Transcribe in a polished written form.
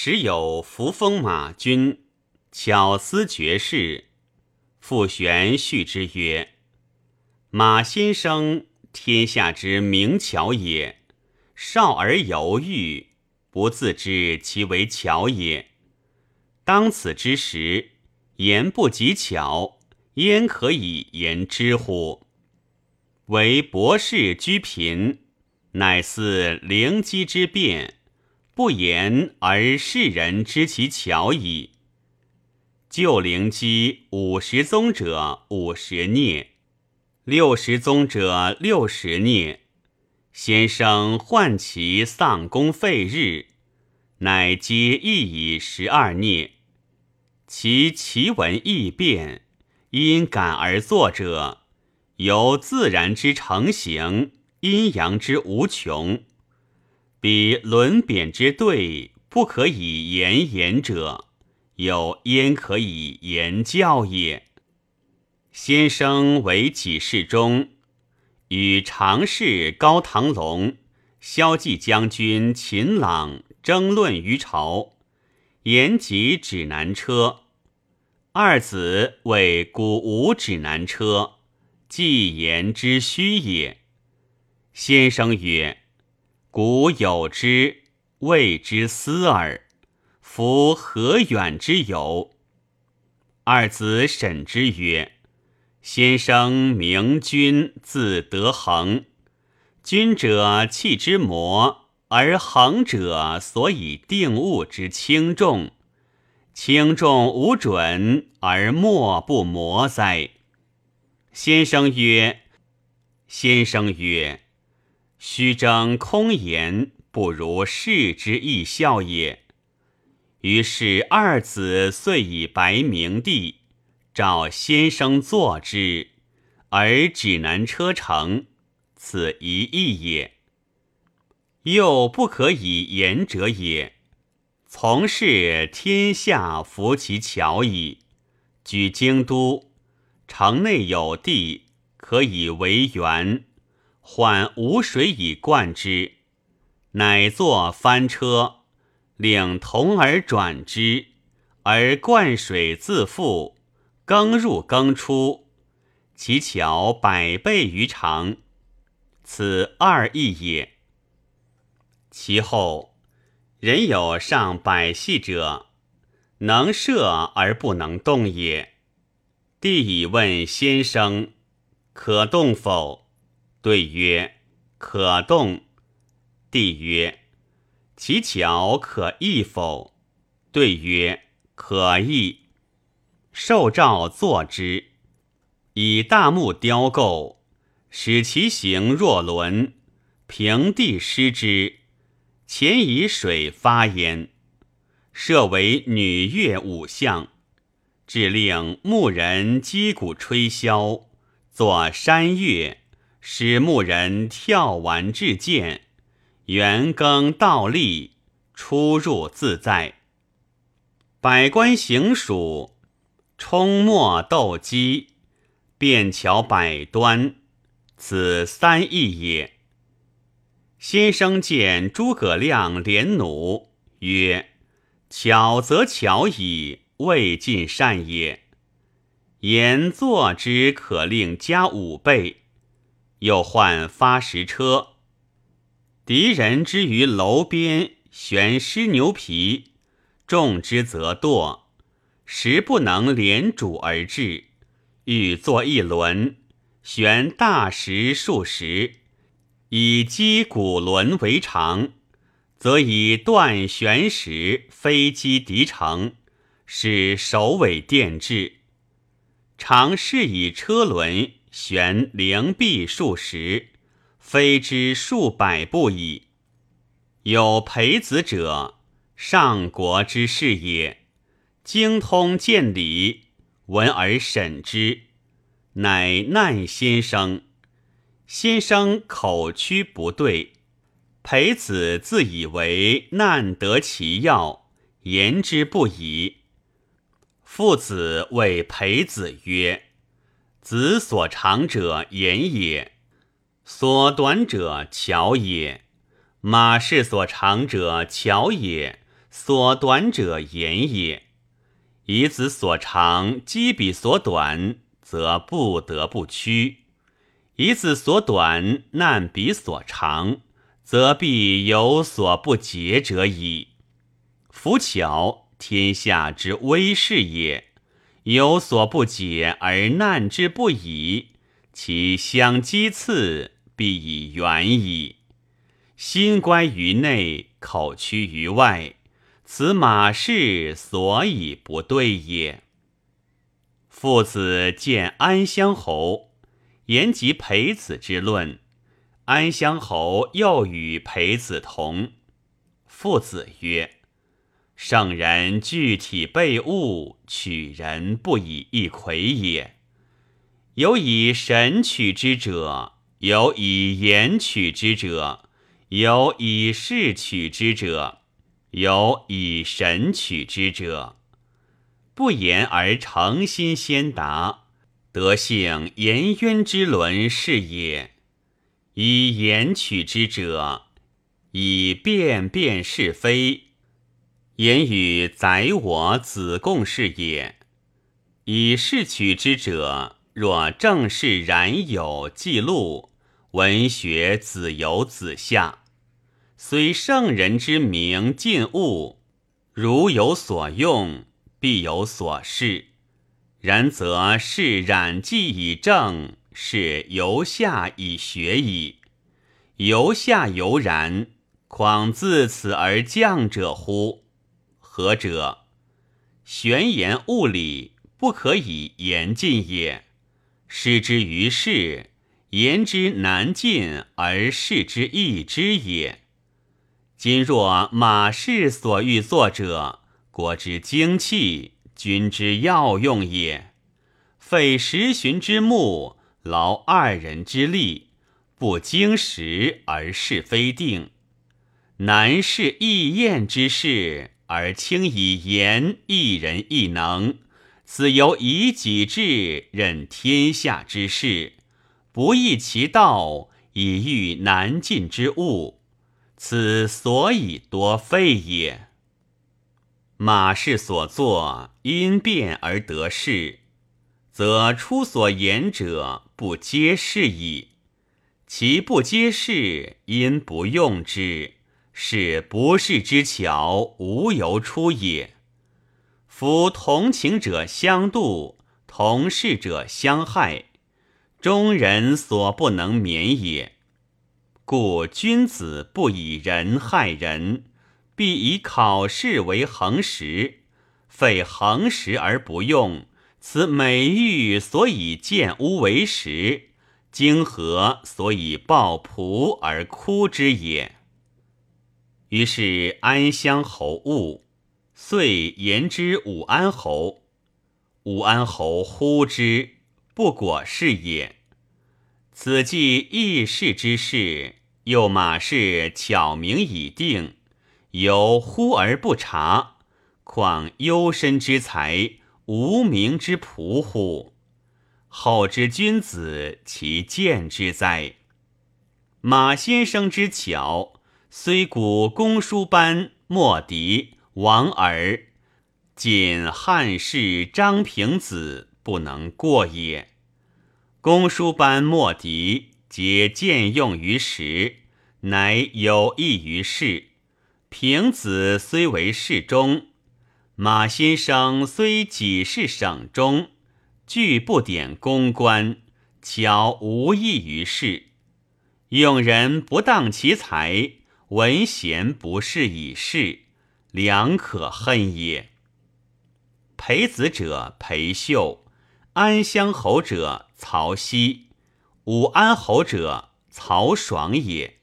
时有扶风马君，巧思绝世。傅玄叙之曰：马先生，天下之名巧也。少而犹豫，不自知其为巧也。当此之时，言不及巧，焉可以言之乎？唯博士居贫，乃似灵机之变，不言而世人知其巧矣。旧灵机50宗者50孽，60宗者60孽。先生患其丧功废日，乃皆亦以12孽。其奇闻异变，因感而作者，由自然之成形，阴阳之无穷。彼论贬之对，不可以言者，有焉可以言教也？先生为己事中，与常侍高唐龙、骁骑将军秦朗争论于朝，言及指南车。二子谓古无指南车，既言之虚也。先生曰：古有之，谓之思耳，夫何远之有？二子审之曰：先生明君，字德衡。君者气之魔，而衡者所以定物之轻重。轻重无准，而莫不魔哉？先生曰：虚争空言，不如世之易效也。于是二子遂以白明帝，召先生作之，而指南车成，此一义也。又不可以言者也。从事天下服其巧矣。举京都，城内有地，可以为园，缓无水以灌之，乃作翻车，令童儿转之，而灌水自复，更入更出，其巧100倍于长，此二义也。其后人有上百戏者，能射而不能动也。帝以问先生：可动否？对曰：可动。帝曰：其巧可易否？对曰：可易。受诏作之，以大木雕构，使其形若轮，平地施之，前以水发焉，设为女乐5项，致令牧人击鼓吹箫，作山乐，使牧人跳玩至剑，圆更倒立，出入自在。百官行署，冲墨斗鸡，便巧百端，此3义也。先生见诸葛亮连弩，曰：巧则巧矣，未尽善也。言作之可令加5倍。又换发石车，敌人之于楼边悬狮牛皮，中之则堕，时不能连主而至，欲作一轮，悬大石数十，以击鼓轮为常，则以断悬石飞击敌城，使首尾电制。常是以车轮悬灵璧数十，飞之数百步矣。有裴子者，上国之士也，精通见理，闻而审之，乃难先生。先生口曲不对，裴子自以为难得其要，言之不已。父子谓裴子曰：子所长者言也，所短者巧也。马氏所长者巧也， 所短者言也。以子所长积彼所短，则不得不屈；以子所短难彼所长，则必有所不竭者矣。夫巧，天下之微事也，有所不解而难之不已，其相讥刺，必以远矣。心乖于内，口屈于外，此马氏所以不对也。父子见安乡侯，言及裴子之论，安乡侯又与裴子同。父子曰：圣人具体备物，取人不以一簣也。有以神取之者，有以言取之者，有以事取之者，有以神取之者。不言而诚心先达，德性颜渊之伦是也。以言取之者，以辨辨是非，言语载我子贡是也。以事取之者，若正事然有记录，文学子游子下，虽圣人之名尽物，如有所用，必有所事。然则是染记以正，是由下以学矣。由下犹然，况自此而降者乎？何者？玄言物理，不可以言尽也。失之于事，言之难尽而事之易之也。今若马氏所欲作者，国之精气，君之要用也。费10旬之木，劳2人之力，不经时而是非定。难是易验之事，而轻以言一人一能，此由以己志任天下之事，不易其道，以御难尽之物，此所以多废也。马氏所作，因变而得事，则出所言者不皆是矣。其不皆是，因不用之，是不是之巧，无由出也。夫同情者相妒，同事者相害，中人所不能免也。故君子不以人害人，必以考试为恒实，废恒实而不用，此美玉所以见污为实，经河所以抱仆而哭之也。于是安乡侯恶，遂言之武安侯。武安侯呼之，不果是也。此既议事之事，又马氏巧明已定，犹忽而不察，况幽深之才，无名之仆乎？后之君子，其见之哉？马先生之巧，虽古公叔班、莫迪、王耳，仅汉室张平子不能过也。公叔班、莫迪皆见用于时，乃有益于事。平子虽为侍中，马先生虽己是省中，据不点公关，巧无益于事。用人不当其才，文贤不是以事，良可恨也。裴子者裴秀，安乡侯者曹溪，武安侯者曹爽也。